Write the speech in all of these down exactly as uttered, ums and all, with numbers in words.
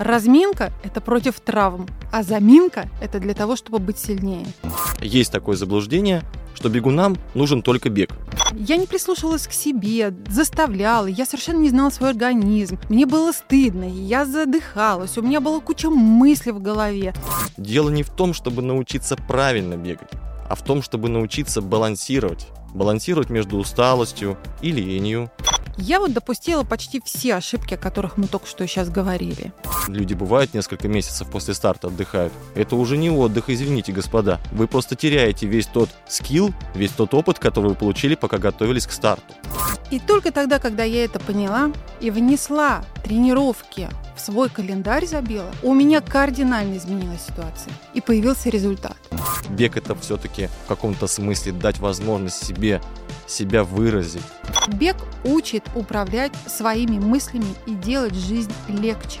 Разминка – это против травм, а заминка – это для того, чтобы быть сильнее. Есть такое заблуждение, что бегунам нужен только бег. Я не прислушивалась к себе, заставляла, я совершенно не знала свой организм. Мне было стыдно, я задыхалась, у меня была куча мыслей в голове. Дело не в том, чтобы научиться правильно бегать, а в том, чтобы научиться балансировать. Балансировать между усталостью и ленью. Я вот допустила почти все ошибки, о которых мы только что сейчас говорили. Люди бывают несколько месяцев после старта отдыхают. Это уже не отдых, извините, господа. Вы просто теряете весь тот скилл, весь тот опыт, который вы получили, пока готовились к старту. И только тогда, когда я это поняла и внесла тренировки в свой календарь, забила, у меня кардинально изменилась ситуация. И появился результат. Бег – это все-таки в каком-то смысле дать возможность себе себя выразить. Бег учит управлять своими мыслями и делать жизнь легче.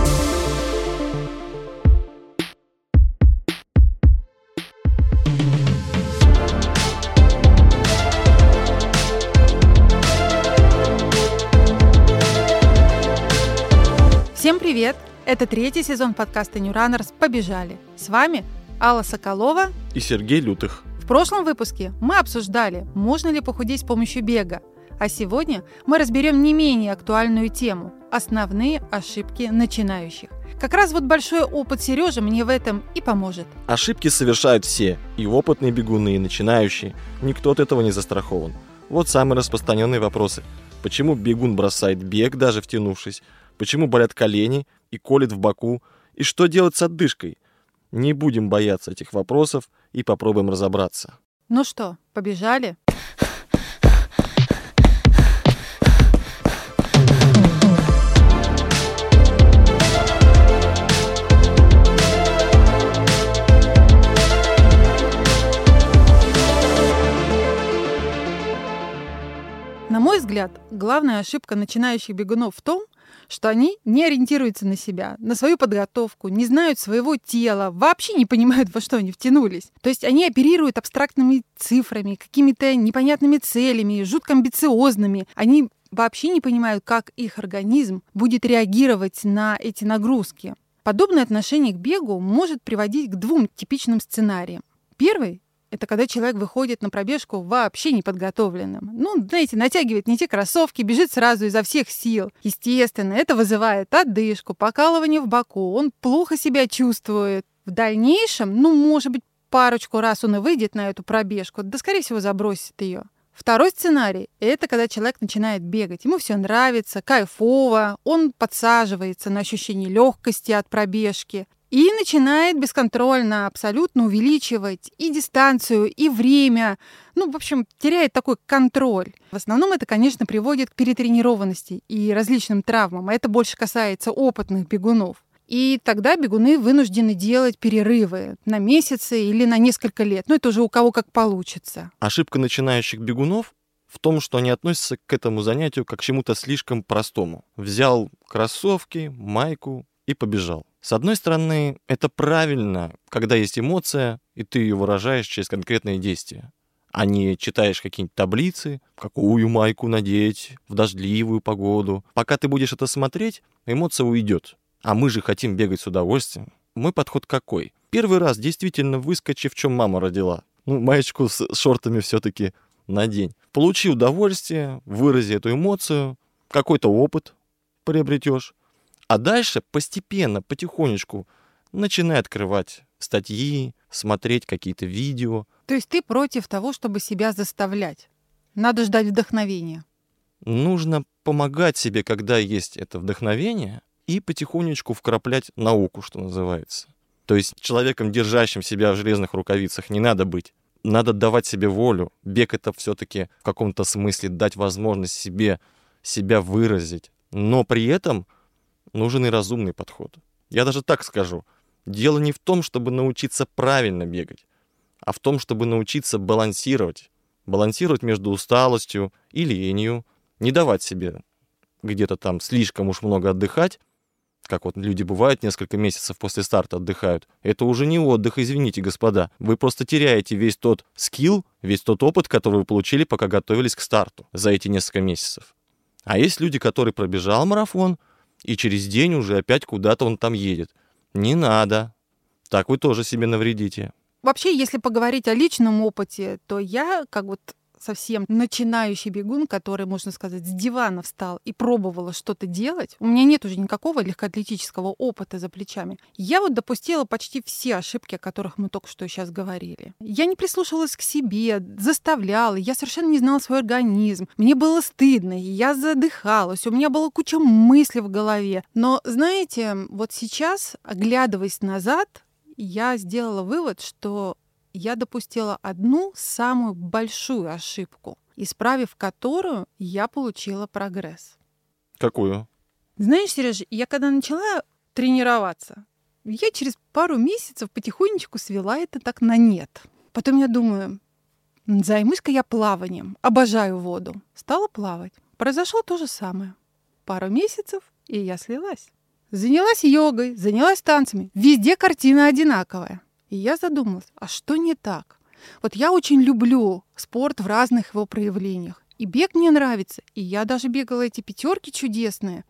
Всем привет! Это третий сезон подкаста New Runners «Побежали». С вами Алла Соколова и Сергей Лютых. В прошлом выпуске мы обсуждали, можно ли похудеть с помощью бега. А сегодня мы разберем не менее актуальную тему – основные ошибки начинающих. Как раз вот большой опыт Сережи мне в этом и поможет. Ошибки совершают все, и опытные бегуны, и начинающие. Никто от этого не застрахован. Вот самые распространенные вопросы. Почему бегун бросает бег, даже втянувшись? Почему болят колени и колет в боку? И что делать с отдышкой? Не будем бояться этих вопросов и попробуем разобраться. Ну что, побежали? На мой взгляд, главная ошибка начинающих бегунов в том, что они не ориентируются на себя, на свою подготовку, не знают своего тела, вообще не понимают, во что они втянулись. То есть они оперируют абстрактными цифрами, какими-то непонятными целями, жутко амбициозными. Они вообще не понимают, как их организм будет реагировать на эти нагрузки. Подобное отношение к бегу может приводить к двум типичным сценариям. Первый — это когда человек выходит на пробежку вообще неподготовленным. Ну, знаете, натягивает не те кроссовки, бежит сразу изо всех сил. Естественно, это вызывает одышку, покалывание в боку. Он плохо себя чувствует. В дальнейшем, ну, может быть, парочку раз он и выйдет на эту пробежку, да, скорее всего, забросит ее. Второй сценарий — это когда человек начинает бегать. Ему все нравится, кайфово, он подсаживается на ощущение легкости от пробежки. И начинает бесконтрольно абсолютно увеличивать и дистанцию, и время. Ну, в общем, теряет такой контроль. В основном это, конечно, приводит к перетренированности и различным травмам. А это больше касается опытных бегунов. И тогда бегуны вынуждены делать перерывы на месяцы или на несколько лет. Ну, это уже у кого как получится. Ошибка начинающих бегунов в том, что они относятся к этому занятию как к чему-то слишком простому. Взял кроссовки, майку и побежал. С одной стороны, это правильно, когда есть эмоция, и ты ее выражаешь через конкретные действия, а не читаешь какие-нибудь таблицы, какую майку надеть в дождливую погоду. Пока ты будешь это смотреть, эмоция уйдет. А мы же хотим бегать с удовольствием. Мой подход какой? Первый раз действительно выскочи, в чем мама родила. Ну, маечку с шортами все-таки надень. Получи удовольствие, вырази эту эмоцию, какой-то опыт приобретешь. А дальше постепенно, потихонечку начинай открывать статьи, смотреть какие-то видео. То есть ты против того, чтобы себя заставлять? Надо ждать вдохновения. Нужно помогать себе, когда есть это вдохновение, и потихонечку вкраплять науку, что называется. То есть человеком, держащим себя в железных рукавицах, не надо быть. Надо давать себе волю. Бег — это все-таки в каком-то смысле дать возможность себе себя выразить. Но при этом нужен и разумный подход. Я даже так скажу. Дело не в том, чтобы научиться правильно бегать, а в том, чтобы научиться балансировать. Балансировать между усталостью и ленью. Не давать себе где-то там слишком уж много отдыхать, как вот люди бывают несколько месяцев после старта отдыхают. Это уже не отдых, извините, господа. Вы просто теряете весь тот скилл, весь тот опыт, который вы получили, пока готовились к старту за эти несколько месяцев. А есть люди, которые пробежал марафон, и через день уже опять куда-то он там едет. Не надо. Так вы тоже себе навредите. Вообще, если поговорить о личном опыте, то я, как вот совсем начинающий бегун, который, можно сказать, с дивана встал и пробовала что-то делать, у меня нет уже никакого легкоатлетического опыта за плечами. Я вот допустила почти все ошибки, о которых мы только что сейчас говорили. Я не прислушивалась к себе, заставляла, я совершенно не знала свой организм. Мне было стыдно, я задыхалась, у меня была куча мыслей в голове. Но, знаете, вот сейчас, оглядываясь назад, я сделала вывод, что я допустила одну самую большую ошибку, исправив которую, я получила прогресс. Какую? Знаешь, Сереж, я когда начала тренироваться, я через пару месяцев потихонечку свела это так на нет. Потом я думаю, займусь-ка я плаванием, обожаю воду. Стала плавать. Произошло то же самое. Пару месяцев, и я слилась. Занялась йогой, занялась танцами. Везде картина одинаковая. И я задумалась, а что не так? Вот я очень люблю спорт в разных его проявлениях. И бег мне нравится, и я даже бегала эти пятерки чудесные.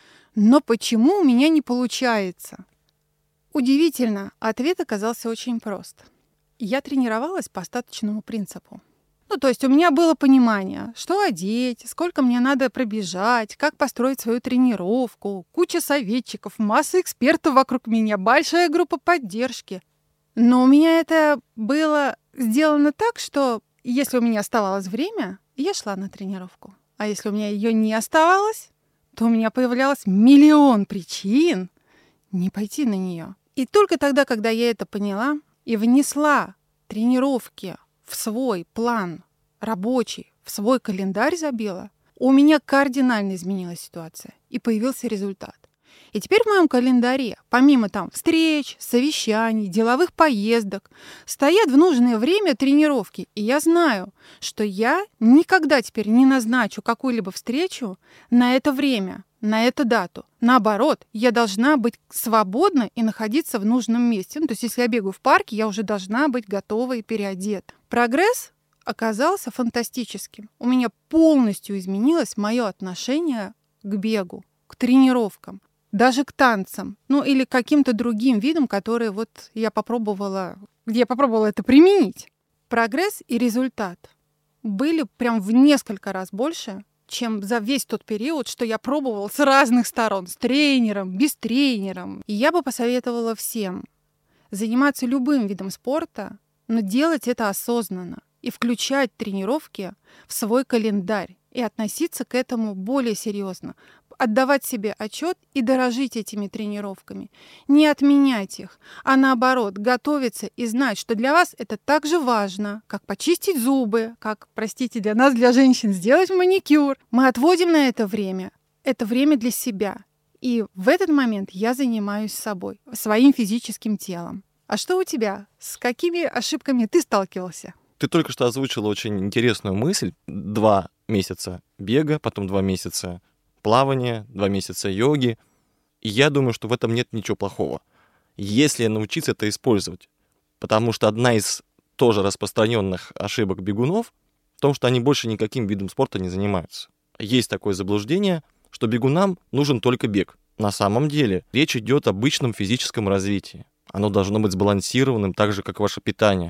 Но почему у меня не получается? Удивительно, ответ оказался очень прост. Я тренировалась по остаточному принципу. Ну, то есть у меня было понимание, что одеть, сколько мне надо пробежать, как построить свою тренировку, куча советчиков, масса экспертов вокруг меня, большая группа поддержки. Но у меня это было сделано так, что если у меня оставалось время, я шла на тренировку. А если у меня ее не оставалось, то у меня появлялось миллион причин не пойти на нее. И только тогда, когда я это поняла и внесла тренировки в свой план рабочий, в свой календарь забила, у меня кардинально изменилась ситуация и появился результат. И теперь в моем календаре, помимо там встреч, совещаний, деловых поездок, стоят в нужное время тренировки. И я знаю, что я никогда теперь не назначу какую-либо встречу на это время, на эту дату. Наоборот, я должна быть свободна и находиться в нужном месте. Ну, то есть, если я бегаю в парке, я уже должна быть готова и переодета. Прогресс оказался фантастическим. У меня полностью изменилось мое отношение к бегу, к тренировкам. Даже к танцам, ну или к каким-то другим видам, которые вот я попробовала, где я попробовала это применить. Прогресс и результат были прям в несколько раз больше, чем за весь тот период, что я пробовала с разных сторон, с тренером, без тренера. И я бы посоветовала всем заниматься любым видом спорта, но делать это осознанно и включать тренировки в свой календарь и относиться к этому более серьезно. Отдавать себе отчет и дорожить этими тренировками. Не отменять их, а наоборот, готовиться и знать, что для вас это так же важно, как почистить зубы, как, простите, для нас, для женщин, сделать маникюр. Мы отводим на это время. Это время для себя. И в этот момент я занимаюсь собой, своим физическим телом. А что у тебя? С какими ошибками ты сталкивался? Ты только что озвучила очень интересную мысль. Два месяца бега, потом два месяца плавания, два месяца йоги. И я думаю, что в этом нет ничего плохого, если научиться это использовать. Потому что одна из тоже распространенных ошибок бегунов в том, что они больше никаким видом спорта не занимаются. Есть такое заблуждение, что бегунам нужен только бег. На самом деле речь идет об обычном физическом развитии. Оно должно быть сбалансированным, так же, как ваше питание.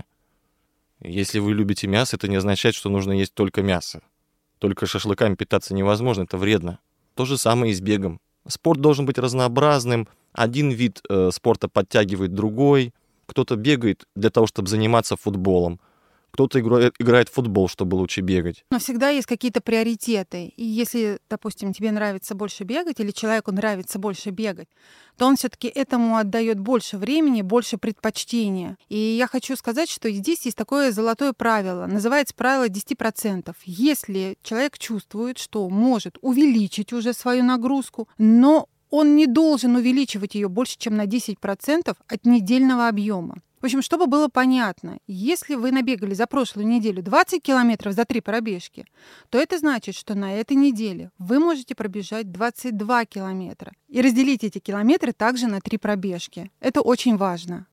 Если вы любите мясо, это не означает, что нужно есть только мясо. Только шашлыками питаться невозможно, это вредно. То же самое и с бегом. Спорт должен быть разнообразным. Один вид э, спорта подтягивает другой. Кто-то бегает для того, чтобы заниматься футболом. Кто-то играет, играет в футбол, чтобы лучше бегать. Но всегда есть какие-то приоритеты. И если, допустим, тебе нравится больше бегать, или человеку нравится больше бегать, то он все-таки этому отдает больше времени, больше предпочтения. И я хочу сказать, что здесь есть такое золотое правило. Называется правило десять процентов. Если человек чувствует, что может увеличить уже свою нагрузку, но он не должен увеличивать ее больше, чем на десять процентов от недельного объема. В общем, чтобы было понятно, если вы набегали за прошлую неделю двадцать километров за три пробежки, то это значит, что на этой неделе вы можете пробежать двадцать два километра и разделить эти километры также на три пробежки. Это очень важно.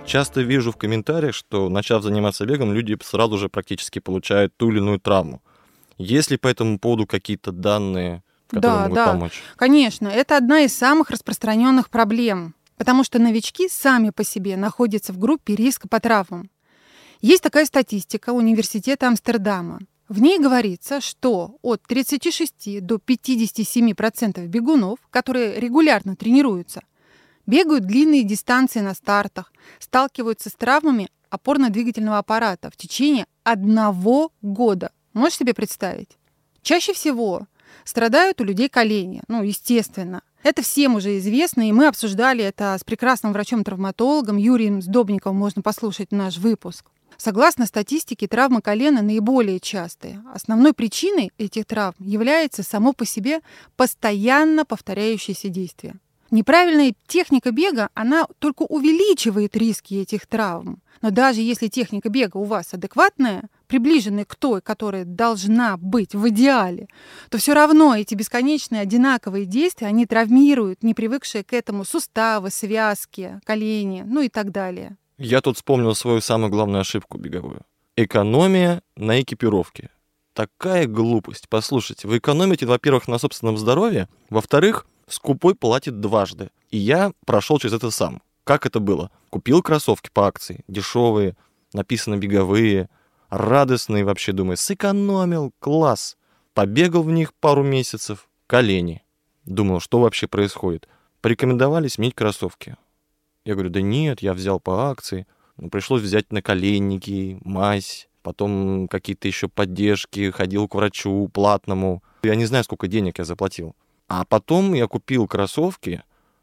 часто вижу в комментариях, что, начав заниматься бегом, люди сразу же практически получают ту или иную травму. Есть ли по этому поводу какие-то данные, которые Да, могут да, помочь? конечно. Это одна из самых распространенных проблем, потому что новички сами по себе находятся в группе риска по травмам. Есть такая статистика Университета Амстердама. В ней говорится, что от тридцати шести до пятидесяти семи процентов бегунов, которые регулярно тренируются, бегают длинные дистанции на стартах, сталкиваются с травмами опорно-двигательного аппарата в течение одного года. Можешь себе представить? Чаще всего страдают у людей колени, ну, естественно. Это всем уже известно, и мы обсуждали это с прекрасным врачом-травматологом Юрием Сдобниковым, можно послушать наш выпуск. Согласно статистике, травмы колена наиболее частые. Основной причиной этих травм является само по себе постоянно повторяющееся действие. Неправильная техника бега, она только увеличивает риски этих травм. Но даже если техника бега у вас адекватная, приближенная к той, которая должна быть в идеале, то все равно эти бесконечные одинаковые действия, они травмируют непривыкшие к этому суставы, связки, колени, ну и так далее. Я тут вспомнил свою самую главную ошибку беговую. Экономия на экипировке. Такая глупость. Послушайте, вы экономите, во-первых, на собственном здоровье, во-вторых, скупой платит дважды. И я прошел через это сам. Как это было? Купил кроссовки по акции, дешевые, написано беговые, радостные вообще, думаю, сэкономил, класс. Побегал в них пару месяцев, колени. Думал, что вообще происходит. Порекомендовали сменить кроссовки. Я говорю, да нет, я взял по акции. Ну, пришлось взять наколенники, мазь, потом какие-то еще поддержки, ходил к врачу платному. Я не знаю, сколько денег я заплатил. А потом я купил кроссовки,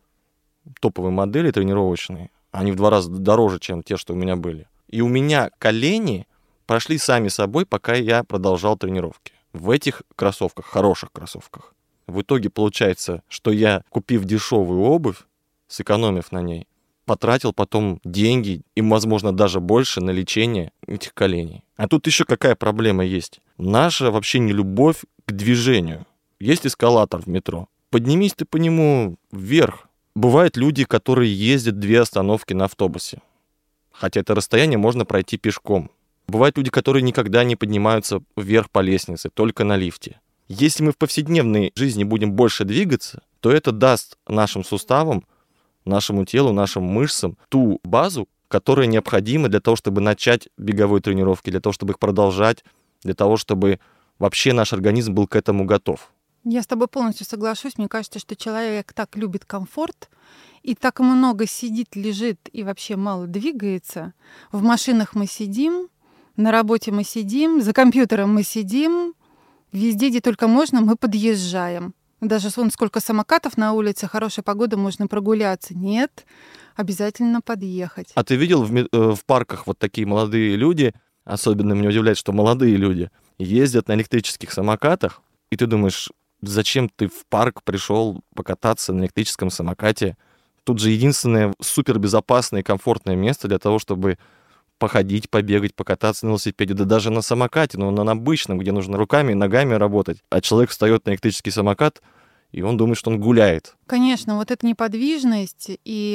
топовые модели тренировочные. Они в два раза дороже, чем те, что у меня были. И у меня колени прошли сами собой, пока я продолжал тренировки. В этих кроссовках, хороших кроссовках. В итоге получается, что я, купив дешевую обувь, сэкономив на ней, потратил потом деньги и, возможно, даже больше на лечение этих коленей. А тут еще какая проблема есть. Наша вообще нелюбовь к движению. Есть эскалатор в метро. Поднимись ты по нему вверх. Бывают люди, которые ездят две остановки на автобусе. Хотя это расстояние можно пройти пешком. Бывают люди, которые никогда не поднимаются вверх по лестнице, только на лифте. Если мы в повседневной жизни будем больше двигаться, то это даст нашим суставам, нашему телу, нашим мышцам ту базу, которая необходима для того, чтобы начать беговые тренировки, для того, чтобы их продолжать, для того, чтобы вообще наш организм был к этому готов. Я с тобой полностью соглашусь. Мне кажется, что человек так любит комфорт и так много сидит, лежит и вообще мало двигается. В машинах мы сидим, на работе мы сидим, за компьютером мы сидим, везде, где только можно, мы подъезжаем. Даже вон сколько самокатов на улице, хорошая погода, можно прогуляться. Нет, обязательно подъехать. А ты видел в, в парках вот такие молодые люди, особенно меня удивляет, что молодые люди ездят на электрических самокатах, и ты думаешь, зачем ты в парк пришел покататься на электрическом самокате? Тут же единственное супербезопасное и комфортное место для того, чтобы походить, побегать, покататься на велосипеде, да даже на самокате, но на обычном, где нужно руками и ногами работать. А человек встает на электрический самокат, и он думает, что он гуляет. Конечно, вот эта неподвижность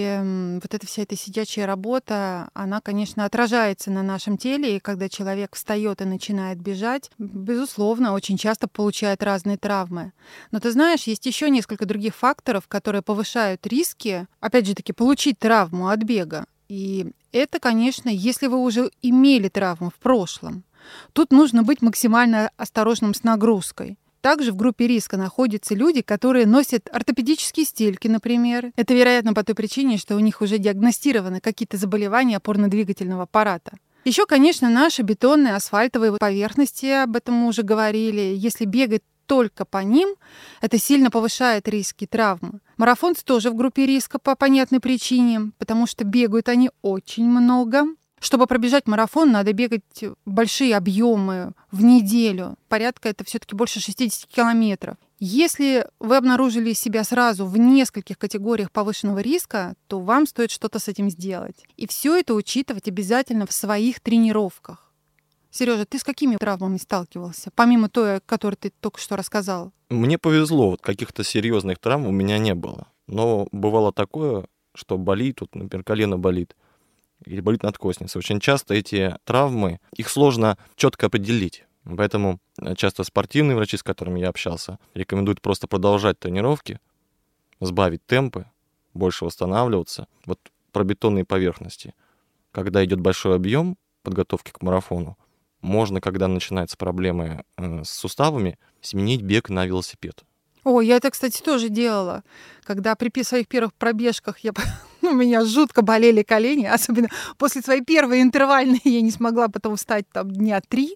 и вот эта вся эта сидячая работа, она, конечно, отражается на нашем теле, и когда человек встает и начинает бежать, безусловно, очень часто получает разные травмы. Но ты знаешь, есть еще несколько других факторов, которые повышают риски, опять же таки, получить травму от бега. И это, конечно, если вы уже имели травму в прошлом, тут нужно быть максимально осторожным с нагрузкой. Также в группе риска находятся люди, которые носят ортопедические стельки, например. Это, вероятно, по той причине, что у них уже диагностированы какие-то заболевания опорно-двигательного аппарата. Еще, конечно, наши бетонные асфальтовые поверхности, об этом мы уже говорили. Если бегать только по ним, это сильно повышает риски травмы. Марафонцы тоже в группе риска по понятной причине, потому что бегают они очень много. Чтобы пробежать марафон, надо бегать большие объемы в неделю. Порядка это все-таки больше шестьдесят километров. Если вы обнаружили себя сразу в нескольких категориях повышенного риска, то вам стоит что-то с этим сделать. И все это учитывать обязательно в своих тренировках. Сережа, ты с какими травмами сталкивался, помимо той, о которой ты только что рассказал? Мне повезло, вот каких-то серьезных травм у меня не было. Но бывало такое, что болит, вот, например, колено болит. или болит надкостница. Очень часто эти травмы, их сложно четко определить. Поэтому часто спортивные врачи, с которыми я общался, рекомендуют просто продолжать тренировки, сбавить темпы, больше восстанавливаться. Вот про бетонные поверхности. Когда идет большой объем подготовки к марафону, можно, когда начинаются проблемы э, с суставами, сменить бег на велосипед. О, я это, кстати, тоже делала. Когда при своих первых пробежках я, у меня жутко болели колени, особенно после своей первой интервальной я не смогла потом встать там дня три.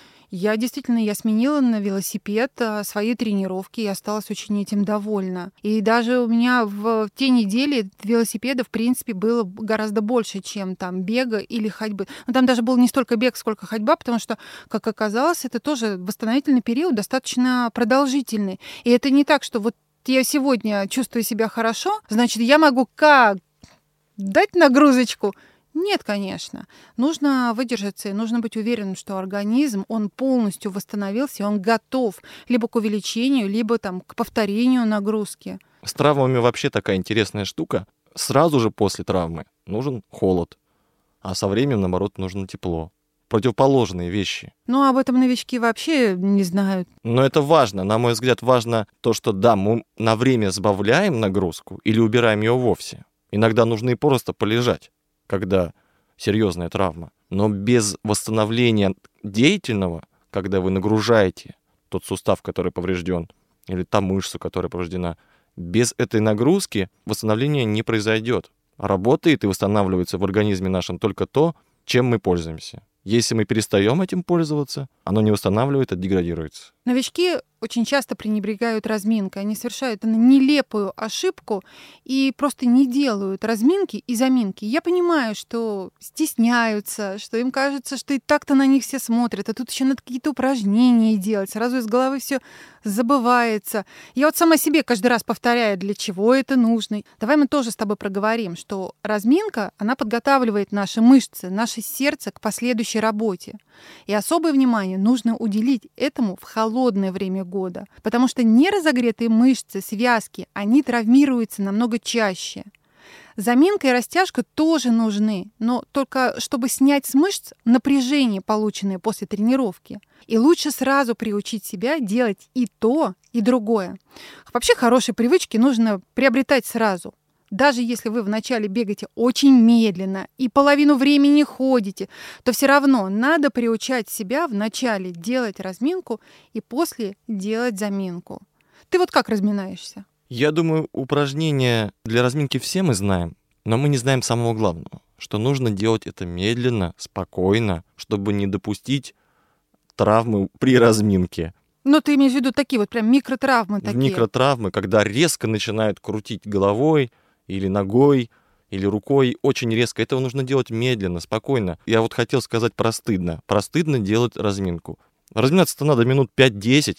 Я действительно, я сменила на велосипед свои тренировки и осталась очень этим довольна. И даже у меня в те недели велосипеда, в принципе, было гораздо больше, чем там бега или ходьбы. Но там даже был не столько бег, сколько ходьба, потому что, как оказалось, это тоже восстановительный период достаточно продолжительный. И это не так, что вот я сегодня чувствую себя хорошо, значит, я могу как дать нагрузочку. Нет, конечно. Нужно выдержаться, и нужно быть уверенным, что организм, он полностью восстановился, и он готов либо к увеличению, либо там, к повторению нагрузки. С травмами вообще такая интересная штука. Сразу же после травмы нужен холод, а со временем, наоборот, нужно тепло. Противоположные вещи. Ну, об этом новички вообще не знают. Но это важно. На мой взгляд, важно то, что да, мы на время сбавляем нагрузку или убираем ее вовсе. Иногда нужно и просто полежать, когда серьезная травма. Но без восстановления деятельного, когда вы нагружаете тот сустав, который поврежден, или та мышцу, которая повреждена, без этой нагрузки восстановление не произойдет. Работает и восстанавливается в организме нашем только то, чем мы пользуемся. Если мы перестаем этим пользоваться, оно не восстанавливает, а деградируется. Новички очень часто пренебрегают разминкой. Они совершают нелепую ошибку и просто не делают разминки и заминки. Я понимаю, что стесняются, что им кажется, что и так-то на них все смотрят, а тут еще надо какие-то упражнения делать. Сразу из головы все забывается. Я вот сама себе каждый раз повторяю, для чего это нужно. Давай мы тоже с тобой проговорим, что разминка, она подготавливает наши мышцы, наше сердце к последующей работе. И особое внимание нужно уделить этому в холодное время года, потому что неразогретые мышцы, связки, они травмируются намного чаще. Заминка и растяжка тоже нужны, но только чтобы снять с мышц напряжение, полученное после тренировки. И лучше сразу приучить себя делать и то, и другое. Вообще хорошие привычки нужно приобретать сразу. Даже если вы вначале бегаете очень медленно и половину времени ходите, то все равно надо приучать себя вначале делать разминку и после делать заминку. Ты вот как разминаешься? Я думаю, упражнения для разминки все мы знаем, но мы не знаем самого главного, что нужно делать это медленно, спокойно, чтобы не допустить травмы при разминке. Ну, ты имеешь в виду такие вот прям микротравмы такие? Микротравмы, когда резко начинают крутить головой, или ногой, или рукой, очень резко. Этого нужно делать медленно, спокойно. Я вот хотел сказать про стыдно. Про стыдно делать разминку. Разминаться-то надо минут пять-десять,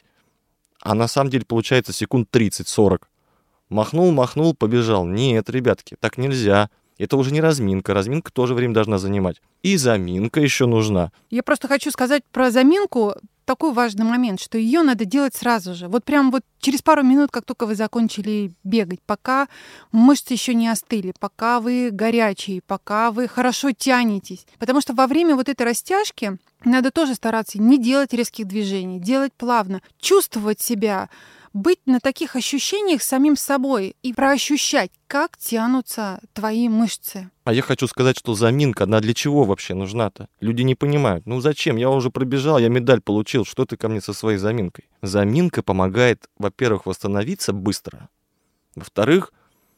а на самом деле получается секунд тридцать-сорок. Махнул, махнул, побежал. Нет, ребятки, так нельзя. Это уже не разминка. Разминка тоже время должна занимать. И заминка еще нужна. Я просто хочу сказать про заминку такой важный момент, что ее надо делать сразу же. Вот прям вот через пару минут, как только вы закончили бегать, пока мышцы еще не остыли, пока вы горячие, пока вы хорошо тянетесь. Потому что во время вот этой растяжки надо тоже стараться не делать резких движений, делать плавно, чувствовать себя, быть на таких ощущениях самим собой и проощущать, как тянутся твои мышцы. А я хочу сказать, что заминка, она для чего вообще нужна-то? Люди не понимают. Ну зачем? Я уже пробежал, я медаль получил. Что ты ко мне со своей заминкой? Заминка помогает, во-первых, восстановиться быстро. Во-вторых,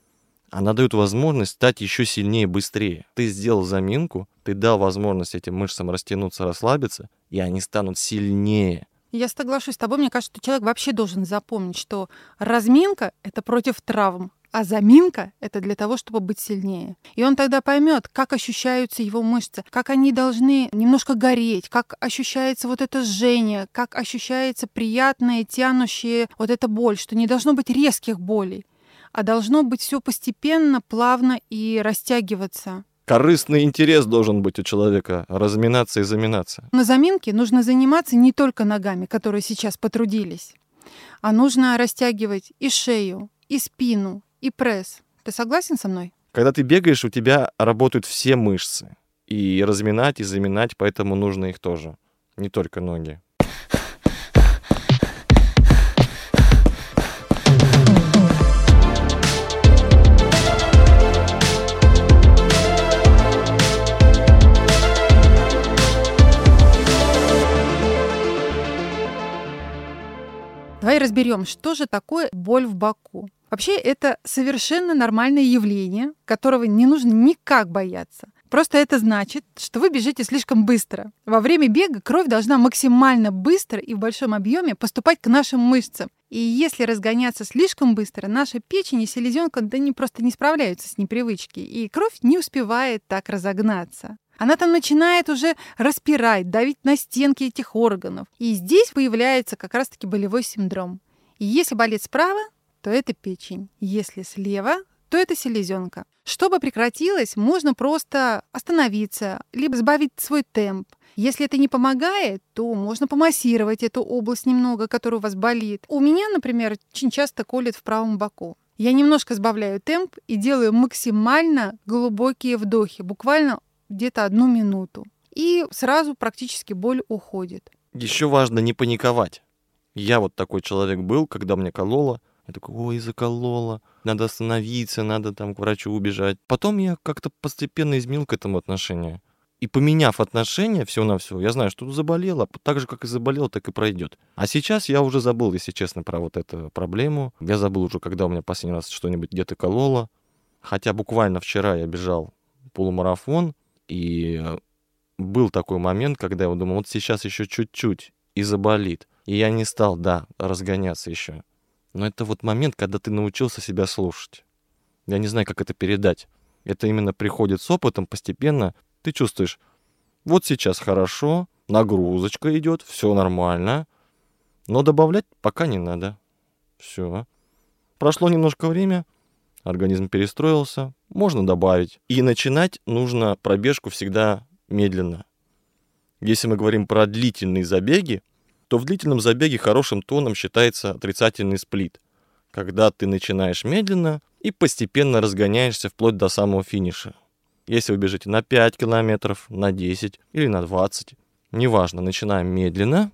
она дает возможность стать еще сильнее, быстрее. Ты сделал заминку, ты дал возможность этим мышцам растянуться, расслабиться, и они станут сильнее. Я соглашусь с тобой. Мне кажется, что человек вообще должен запомнить, что разминка — это против травм, а заминка — это для того, чтобы быть сильнее. И он тогда поймет, как ощущаются его мышцы, как они должны немножко гореть, как ощущается вот это жжение, как ощущается приятная, тянущая вот эта боль, что не должно быть резких болей, а должно быть все постепенно, плавно и растягиваться. Корыстный интерес должен быть у человека, разминаться и заминаться. На заминке нужно заниматься не только ногами, которые сейчас потрудились, а нужно растягивать и шею, и спину, и пресс. Ты согласен со мной? Когда ты бегаешь, у тебя работают все мышцы. И разминать, и заминать, поэтому нужно их тоже. Не только ноги. Давай разберем, что же такое боль в боку. Вообще, это совершенно нормальное явление, которого не нужно никак бояться. Просто это значит, что вы бежите слишком быстро. Во время бега кровь должна максимально быстро и в большом объеме поступать к нашим мышцам. И если разгоняться слишком быстро, наша печень и селезенка да, не, просто не справляются с непривычки, и кровь не успевает так разогнаться. Она там начинает уже распирать, давить на стенки этих органов. И здесь появляется как раз-таки болевой синдром. И если болит справа, то это печень. Если слева, то это селезенка. Чтобы прекратилось, можно просто остановиться, либо сбавить свой темп. Если это не помогает, то можно помассировать эту область немного, которая у вас болит. У меня, например, очень часто колет в правом боку. Я немножко сбавляю темп и делаю максимально глубокие вдохи, буквально где-то одну минуту. И сразу практически боль уходит. Еще важно не паниковать. Я вот такой человек был, когда мне кололо. Я такой, ой, закололо, надо остановиться, надо там к врачу убежать. Потом я как-то постепенно изменил к этому отношение. И поменяв отношение всего-навсего, я знаю, что заболело, так же, как и заболело, так и пройдет. А сейчас я уже забыл, если честно, про вот эту проблему. Я забыл уже, когда у меня последний раз что-нибудь где-то кололо. Хотя буквально вчера я бежал полумарафон, и был такой момент, когда я думал, вот сейчас еще чуть-чуть и заболит. И я не стал, да, разгоняться еще. Но это вот момент, когда ты научился себя слушать. Я не знаю, как это передать. Это именно приходит с опытом постепенно. Ты чувствуешь, вот сейчас хорошо, нагрузочка идет, все нормально. Но добавлять пока не надо. Все. Прошло немножко время, организм перестроился, можно добавить. И начинать нужно пробежку всегда медленно. Если мы говорим про длительные забеги, то в длительном забеге хорошим тоном считается отрицательный сплит, когда ты начинаешь медленно и постепенно разгоняешься вплоть до самого финиша. Если вы бежите на пять километров, на десять или на двадцать, неважно, начинаем медленно.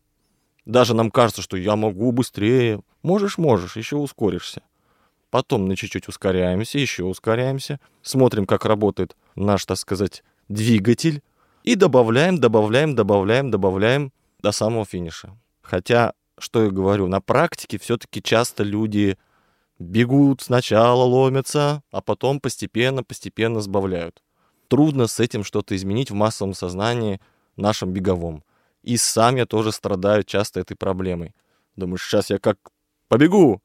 Даже нам кажется, что я могу быстрее. Можешь, можешь, еще ускоришься. Потом на чуть-чуть ускоряемся, еще ускоряемся. Смотрим, как работает наш, так сказать, двигатель. И добавляем, добавляем, добавляем, добавляем до самого финиша. Хотя, что я говорю, на практике все-таки часто люди бегут, сначала ломятся, а потом постепенно-постепенно сбавляют. Трудно с этим что-то изменить в массовом сознании нашем беговом. И сам я тоже страдаю часто этой проблемой. Думаю, сейчас я как побегу.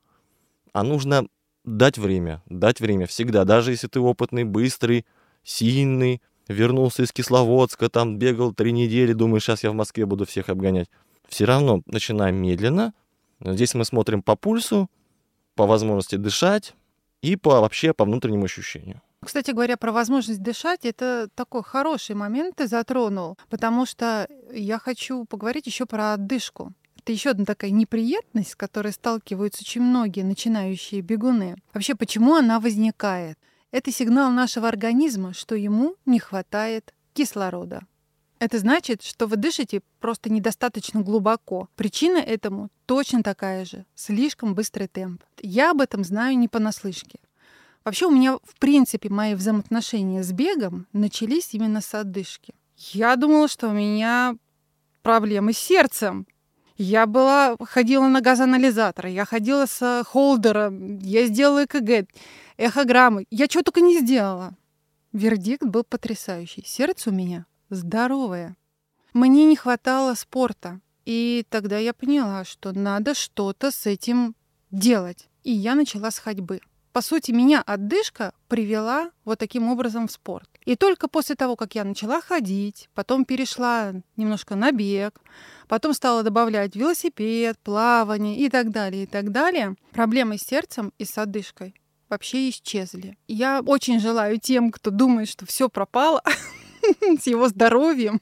А нужно дать время, дать время всегда. Даже если ты опытный, быстрый, сильный, вернулся из Кисловодска, там бегал три недели, думаю, сейчас я в Москве буду всех обгонять. Все равно начинаем медленно. Здесь мы смотрим по пульсу, по возможности дышать и по, вообще по внутреннему ощущению. Кстати говоря, про возможность дышать, это такой хороший момент ты затронул, потому что я хочу поговорить еще про отдышку. Это еще одна такая неприятность, с которой сталкиваются очень многие начинающие бегуны. Вообще, почему она возникает? Это сигнал нашего организма, что ему не хватает кислорода. Это значит, что вы дышите просто недостаточно глубоко. Причина этому точно такая же — слишком быстрый темп. Я об этом знаю не понаслышке. Вообще у меня, в принципе, мои взаимоотношения с бегом начались именно с отдышки. Я думала, что у меня проблемы с сердцем. Я была, ходила на газоанализатор, я ходила с холдером, я сделала ЭКГ, эхограммы. Я чего только не сделала. Вердикт был потрясающий. Сердце у меня здоровое. Мне не хватало спорта. И тогда я поняла, что надо что-то с этим делать. И я начала с ходьбы. По сути, меня отдышка привела вот таким образом в спорт. И только после того, как я начала ходить, потом перешла немножко на бег, потом стала добавлять велосипед, плавание и так далее, и так далее, проблемы с сердцем и с отдышкой вообще исчезли. Я очень желаю тем, кто думает, что все пропало с его здоровьем,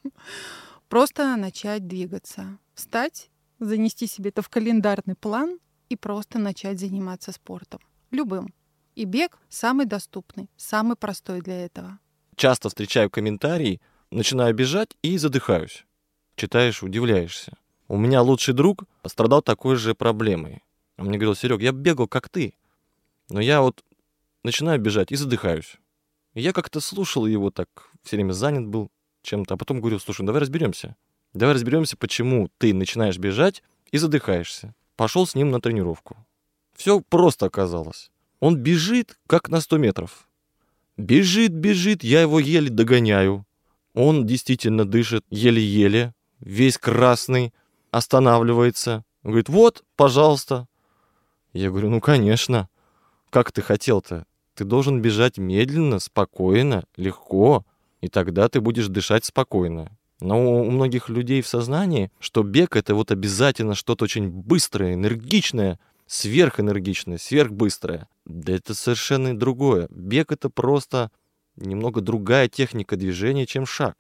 просто начать двигаться, встать, занести себе это в календарный план и просто начать заниматься спортом. Любым. И бег самый доступный, самый простой для этого. Часто встречаю комментарии, начинаю бежать и задыхаюсь. Читаешь, удивляешься. У меня лучший друг страдал такой же проблемой. Он мне говорил: Серег, я бегал как ты, но я вот начинаю бежать и задыхаюсь. И я как-то слушал его так, все время занят был чем-то, а потом говорю: слушай, давай разберемся. Давай разберемся, почему ты начинаешь бежать и задыхаешься. Пошел с ним на тренировку. Все просто оказалось. Он бежит, как на сто метров. Бежит, бежит, я его еле догоняю. Он действительно дышит еле-еле, весь красный, останавливается. Он говорит: вот, пожалуйста. Я говорю: ну, конечно. Как ты хотел-то? Ты должен бежать медленно, спокойно, легко, и тогда ты будешь дышать спокойно. Но у многих людей в сознании, что бег — это вот обязательно что-то очень быстрое, энергичное, сверхэнергичное, сверхбыстрое. Да это совершенно другое. Бег — это просто немного другая техника движения, чем шаг.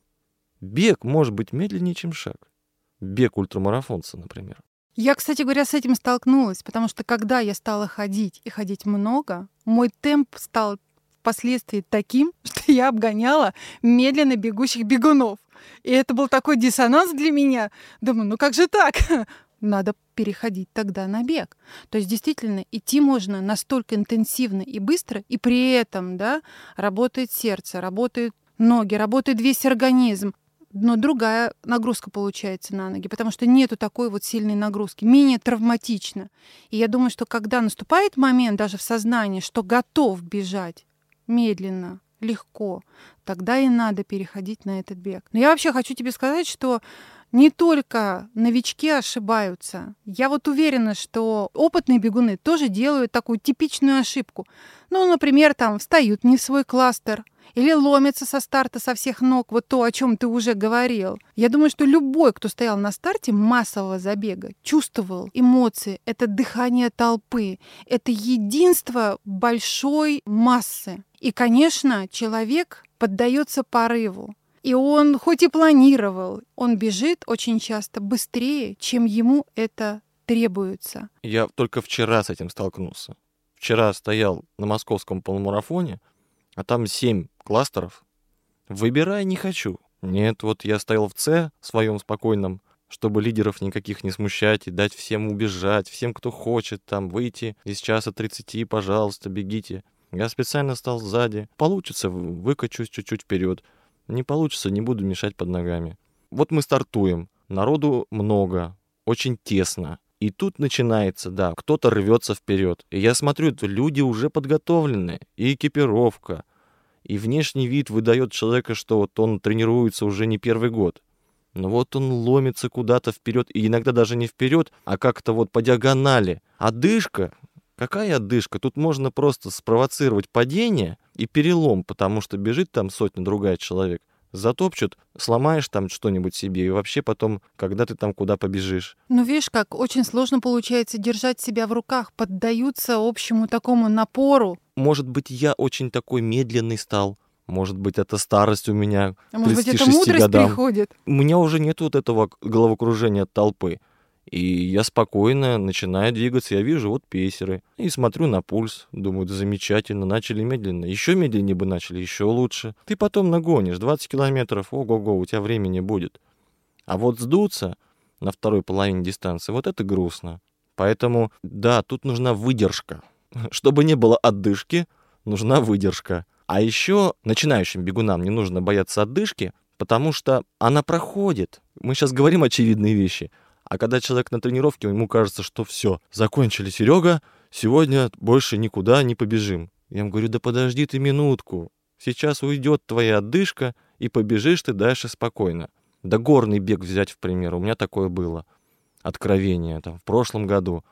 Бег может быть медленнее, чем шаг. Бег ультрамарафонца, например. Я, кстати говоря, с этим столкнулась, потому что когда я стала ходить и ходить много, мой темп стал впоследствии таким, что я обгоняла медленно бегущих бегунов. И это был такой диссонанс для меня. Думаю, ну как же так? Надо переходить тогда на бег. То есть действительно идти можно настолько интенсивно и быстро, и при этом, да, работает сердце, работают ноги, работает весь организм. Но другая нагрузка получается на ноги, потому что нету такой вот сильной нагрузки, менее травматично. И я думаю, что когда наступает момент даже в сознании, что готов бежать медленно, легко, тогда и надо переходить на этот бег. Но я вообще хочу тебе сказать, что не только новички ошибаются. Я вот уверена, что опытные бегуны тоже делают такую типичную ошибку. Ну, например, там встают не в свой кластер или ломятся со старта со всех ног, вот то, о чем ты уже говорил. Я думаю, что любой, кто стоял на старте массового забега, чувствовал эмоции, это дыхание толпы, это единство большой массы. И, конечно, человек поддается порыву. И он, хоть и планировал, он бежит очень часто быстрее, чем ему это требуется. Я только вчера с этим столкнулся. Вчера стоял на московском полумарафоне, а там семь кластеров. Выбирай не хочу. Нет, вот я стоял в С своем спокойном, чтобы лидеров никаких не смущать и дать всем убежать, всем, кто хочет там выйти из часа тридцати, пожалуйста, бегите. Я специально стал сзади. Получится, выкачусь чуть-чуть вперед. Не получится, не буду мешать под ногами. Вот мы стартуем. Народу много, очень тесно. И тут начинается, да, кто-то рвется вперед. И я смотрю, люди уже подготовлены. И экипировка, и внешний вид выдает человека, что вот он тренируется уже не первый год. Но вот он ломится куда-то вперед, и иногда даже не вперед, а как-то вот по диагонали. Одышка? Какая одышка? Тут можно просто спровоцировать падение и перелом, потому что бежит там сотня-другая человек. Затопчут, сломаешь там что-нибудь себе, и вообще потом, когда ты там куда побежишь. Ну, видишь, как очень сложно получается держать себя в руках, поддаются общему такому напору. Может быть, я очень такой медленный стал. Может быть, это старость у меня А может быть, это тридцати шести мудрость годам. приходит? У меня уже нет вот этого головокружения от толпы. И я спокойно начинаю двигаться, я вижу вот пейсеры. И смотрю на пульс, думаю, да замечательно, начали медленно. Еще медленнее бы начали, еще лучше. Ты потом нагонишь, двадцать километров, ого-го, у тебя времени будет. А вот сдуться на второй половине дистанции, вот это грустно. Поэтому, да, тут нужна выдержка. Чтобы не было отдышки, нужна выдержка. А еще начинающим бегунам не нужно бояться отдышки, потому что она проходит. Мы сейчас говорим очевидные вещи. А когда человек на тренировке, ему кажется, что все, закончили, Серега, сегодня больше никуда не побежим. Я ему говорю, да подожди ты минутку, сейчас уйдет твоя отдышка, и побежишь ты дальше спокойно. Да горный бег взять, в пример, у меня такое было. Откровение, там, в прошлом году.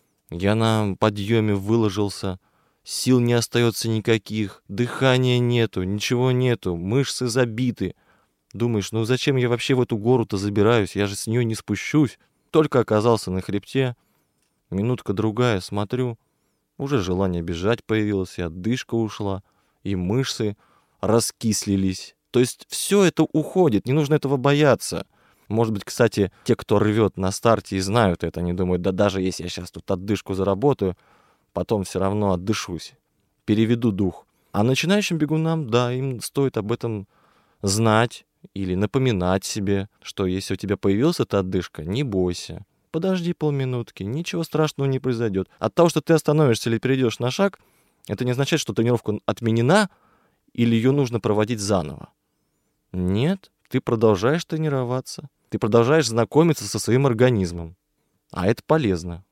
Я на подъеме выложился, сил не остается никаких, дыхания нету, ничего нету, мышцы забиты. Думаешь, ну зачем я вообще в эту гору-то забираюсь, я же с нее не спущусь. Только оказался на хребте, минутка-другая, смотрю, уже желание бежать появилось, и отдышка ушла, и мышцы раскислились. То есть все это уходит, не нужно этого бояться. Может быть, кстати, те, кто рвет на старте и знают это, они думают, да даже если я сейчас тут отдышку заработаю, потом все равно отдышусь. переведу дух. А начинающим бегунам, да, им стоит об этом знать или напоминать себе, что если у тебя появилась эта отдышка, не бойся. Подожди полминутки, ничего страшного не произойдет. От того, что ты остановишься или перейдешь на шаг, это не означает, что тренировка отменена или ее нужно проводить заново. Нет, ты продолжаешь тренироваться, ты продолжаешь знакомиться со своим организмом. А это полезно.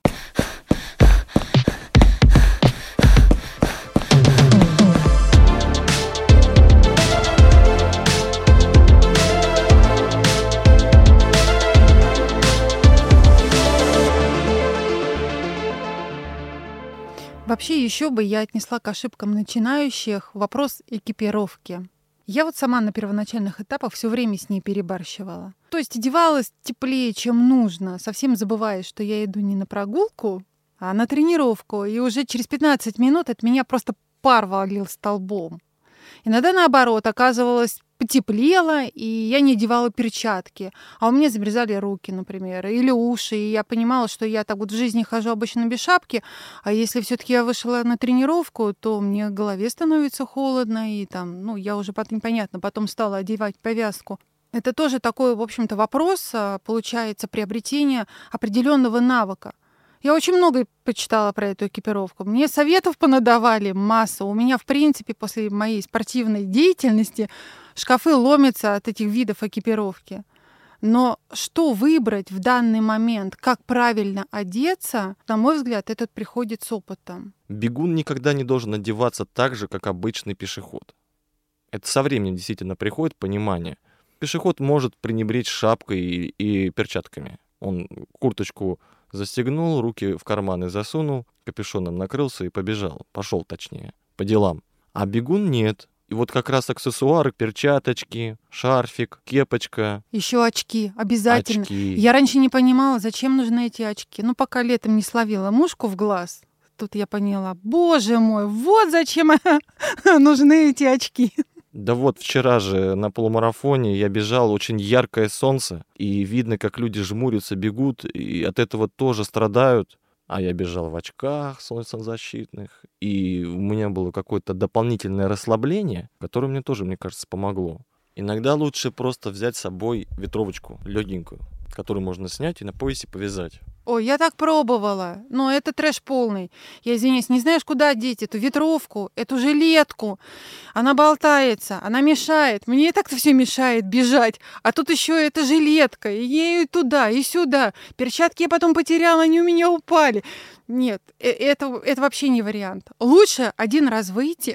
Вообще, еще бы я отнесла к ошибкам начинающих вопрос экипировки. Я вот сама на первоначальных этапах все время с ней перебарщивала. То есть одевалась теплее, чем нужно, совсем забывая, что я иду не на прогулку, а на тренировку. И уже через пятнадцать минут от меня просто пар валил столбом. Иногда наоборот, оказывалось, потеплело, и я не одевала перчатки, а у меня замерзали руки, например, или уши, и я понимала, что я так вот в жизни хожу обычно без шапки, а если все-таки я вышла на тренировку, то мне в голове становится холодно, и там, ну, я уже потом, непонятно, потом стала одевать повязку. Это тоже такой, в общем-то, вопрос, получается, приобретения определенного навыка. Я очень много почитала про эту экипировку. Мне советов понадавали массу. У меня, в принципе, после моей спортивной деятельности шкафы ломятся от этих видов экипировки. Но что выбрать в данный момент, как правильно одеться, на мой взгляд, это приходит с опытом. Бегун никогда не должен одеваться так же, как обычный пешеход. Это со временем действительно приходит понимание. Пешеход может пренебречь шапкой и, и перчатками. Он курточку застегнул, руки в карманы засунул, капюшоном накрылся и побежал. Пошел, точнее, по делам. А бегун нет. И вот как раз аксессуары, перчаточки, шарфик, кепочка. Еще очки, обязательно. Очки. Я раньше не понимала, зачем нужны эти очки. Ну, пока летом не словила мушку в глаз, тут я поняла, боже мой, вот зачем нужны эти очки. Да вот вчера же на полумарафоне я бежал, очень яркое солнце, и видно, как люди жмурятся, бегут, и от этого тоже страдают. А я бежал в очках солнцезащитных, и у меня было какое-то дополнительное расслабление, которое мне тоже, мне кажется, помогло. Иногда лучше просто взять с собой ветровочку легенькую, которую можно снять и на поясе повязать. Ой, я так пробовала, но это трэш полный. Я, извиняюсь, не знаешь, куда деть эту ветровку, эту жилетку. Она болтается, она мешает. Мне и так-то все мешает бежать. А тут еще эта жилетка, и ею туда, и сюда. Перчатки я потом потеряла, они у меня упали. Нет, это, это вообще не вариант. Лучше один раз выйти,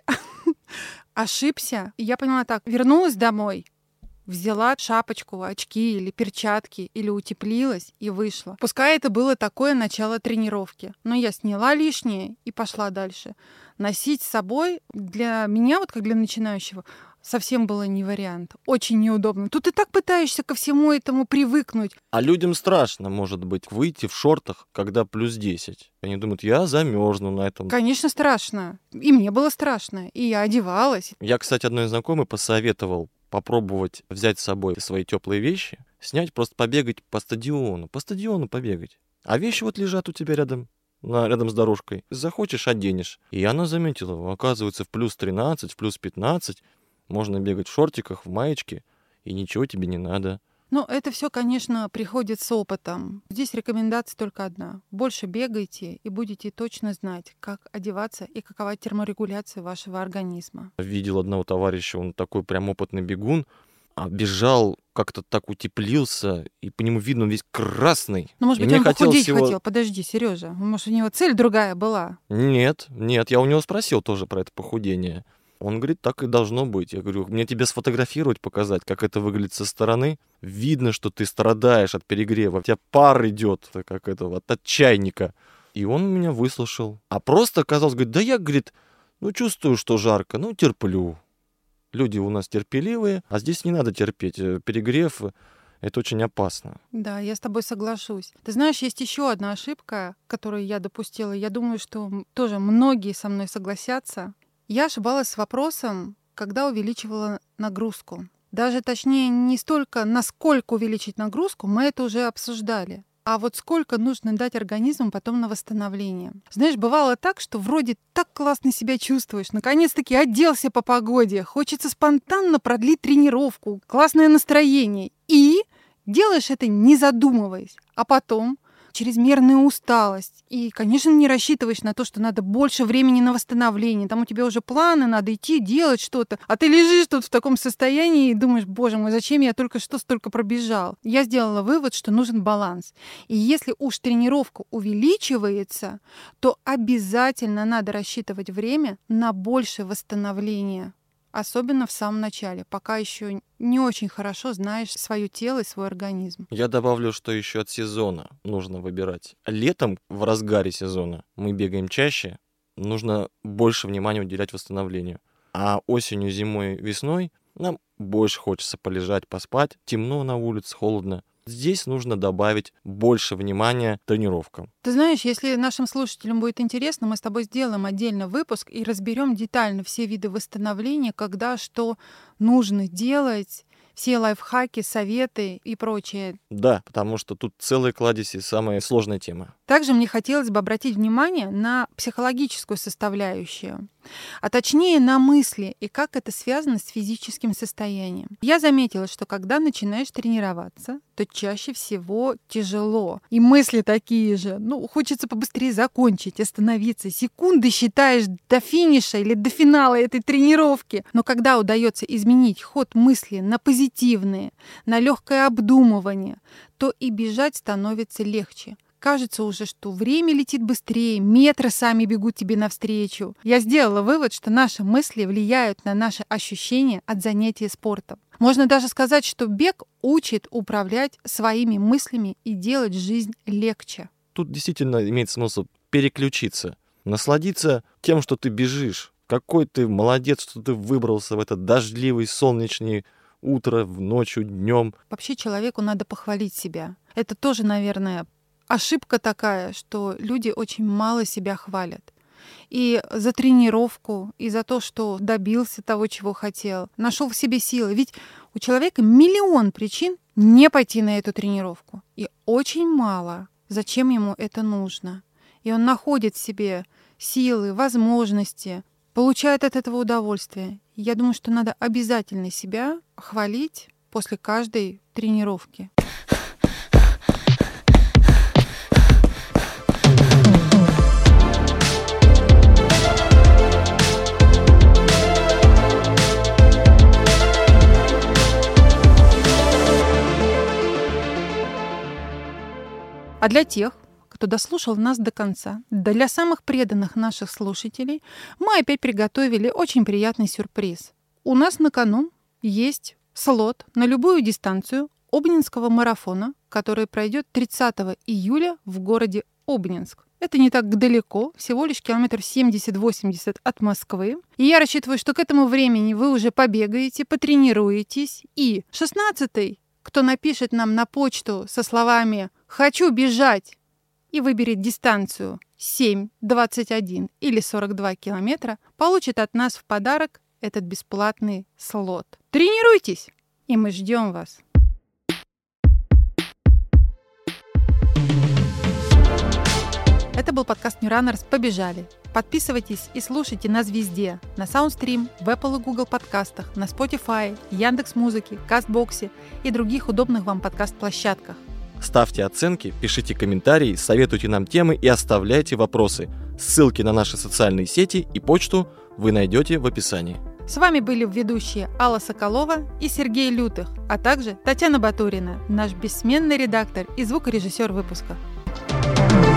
ошибся. И я поняла так, вернулась домой, взяла шапочку, очки или перчатки, или утеплилась и вышла. Пускай это было такое начало тренировки, но я сняла лишнее и пошла дальше. Носить с собой для меня, вот как для начинающего, совсем было не вариант. Очень неудобно. Тут и так пытаешься ко всему этому привыкнуть. А людям страшно, может быть, выйти в шортах, когда плюс десять. Они думают, я замерзну на этом. Конечно, страшно. И мне было страшно. И я одевалась. Я, кстати, одной знакомой посоветовал попробовать взять с собой свои теплые вещи, снять, просто побегать по стадиону, по стадиону побегать. А вещи вот лежат у тебя рядом, на, рядом с дорожкой. Захочешь — оденешь. И она заметила, оказывается, в плюс тринадцать, в плюс пятнадцать можно бегать в шортиках, в маечке, и ничего тебе не надо. Ну, это все, конечно, приходит с опытом. Здесь рекомендация только одна. Больше бегайте и будете точно знать, как одеваться и какова терморегуляция вашего организма. Видел одного товарища, он такой прям опытный бегун, а бежал, как-то так утеплился, и по нему видно, он весь красный. Ну, может И быть, он похудеть всего... хотел. Подожди, Сережа, может, у него цель другая была? Нет, нет, я у него спросил тоже про это похудение. Он говорит, так и должно быть. Я говорю, мне тебе сфотографировать, показать, как это выглядит со стороны. Видно, что ты страдаешь от перегрева. У тебя пар идет, как этого, от чайника. И он меня выслушал. А просто оказалось, говорит, да я, говорит, ну чувствую, что жарко, ну терплю. Люди у нас терпеливые, а здесь не надо терпеть. Перегрев — это очень опасно. Да, я с тобой соглашусь. Ты знаешь, есть еще одна ошибка, которую я допустила. Я думаю, что тоже многие со мной согласятся. Я ошибалась с вопросом, когда увеличивала нагрузку. Даже точнее не столько, насколько увеличить нагрузку, мы это уже обсуждали. А вот сколько нужно дать организму потом на восстановление? Знаешь, бывало так, что вроде так классно себя чувствуешь, наконец-таки оделся по погоде, хочется спонтанно продлить тренировку, классное настроение. И делаешь это не задумываясь. А потом чрезмерная усталость. И, конечно, не рассчитываешь на то, что надо больше времени на восстановление. Там у тебя уже планы, надо идти, делать что-то. А ты лежишь тут в таком состоянии и думаешь, боже мой, зачем я только что столько пробежал? Я сделала вывод, что нужен баланс. И если уж тренировка увеличивается, то обязательно надо рассчитывать время на большее восстановление. Особенно в самом начале, пока еще не очень хорошо знаешь свое тело и свой организм. Я добавлю, что еще от сезона нужно выбирать. Летом, в разгаре сезона, мы бегаем чаще, нужно больше внимания уделять восстановлению. А осенью, зимой, весной нам больше хочется полежать, поспать. Темно на улице, холодно. Здесь нужно добавить больше внимания тренировкам. Ты знаешь, если нашим слушателям будет интересно, мы с тобой сделаем отдельно выпуск и разберем детально все виды восстановления, когда что нужно делать, все лайфхаки, советы и прочее. Да, потому что тут целая кладезь и самая сложная тема. Также мне хотелось бы обратить внимание на психологическую составляющую, а точнее на мысли и как это связано с физическим состоянием. Я заметила, что когда начинаешь тренироваться, то чаще всего тяжело. И мысли такие же. Ну, хочется побыстрее закончить, остановиться. Секунды считаешь до финиша или до финала этой тренировки. Но когда удается изменить ход мысли на позитивные, на легкое обдумывание, то и бежать становится легче. Кажется уже, что время летит быстрее, метры сами бегут тебе навстречу. Я сделала вывод, что наши мысли влияют на наши ощущения от занятия спортом. Можно даже сказать, что бег учит управлять своими мыслями и делать жизнь легче. Тут действительно имеет смысл переключиться, насладиться тем, что ты бежишь. Какой ты молодец, что ты выбрался в этот дождливый солнечный утро, ночью, днем. Вообще человеку надо похвалить себя. Это тоже, наверное, ошибка такая, что люди очень мало себя хвалят. И за тренировку, и за то, что добился того, чего хотел, нашел в себе силы. Ведь у человека миллион причин не пойти на эту тренировку. И очень мало, зачем ему это нужно. И он находит в себе силы, возможности, получает от этого удовольствие. Я думаю, что надо обязательно себя хвалить после каждой тренировки. А для тех, кто дослушал нас до конца, для самых преданных наших слушателей, мы опять приготовили очень приятный сюрприз. У нас на кону есть слот на любую дистанцию Обнинского марафона, который пройдет тридцатого июля в городе Обнинск. Это не так далеко, всего лишь километр семьдесят-восемьдесят от Москвы. И я рассчитываю, что к этому времени вы уже побегаете, потренируетесь. И шестнадцатый, кто напишет нам на почту со словами «Хочу бежать» и выберет дистанцию семь, двадцать один или сорок два километра, получит от нас в подарок этот бесплатный слот. Тренируйтесь, и мы ждем вас. Это был подкаст New Runners «Побежали». Подписывайтесь и слушайте нас везде. На Soundstream, в Apple и Google подкастах, на Spotify, Яндекс.Музыке, Кастбоксе и других удобных вам подкаст-площадках. Ставьте оценки, пишите комментарии, советуйте нам темы и оставляйте вопросы. Ссылки на наши социальные сети и почту вы найдете в описании. С вами были ведущие Алла Соколова и Сергей Лютых, а также Татьяна Батурина, наш бессменный редактор и звукорежиссер выпуска.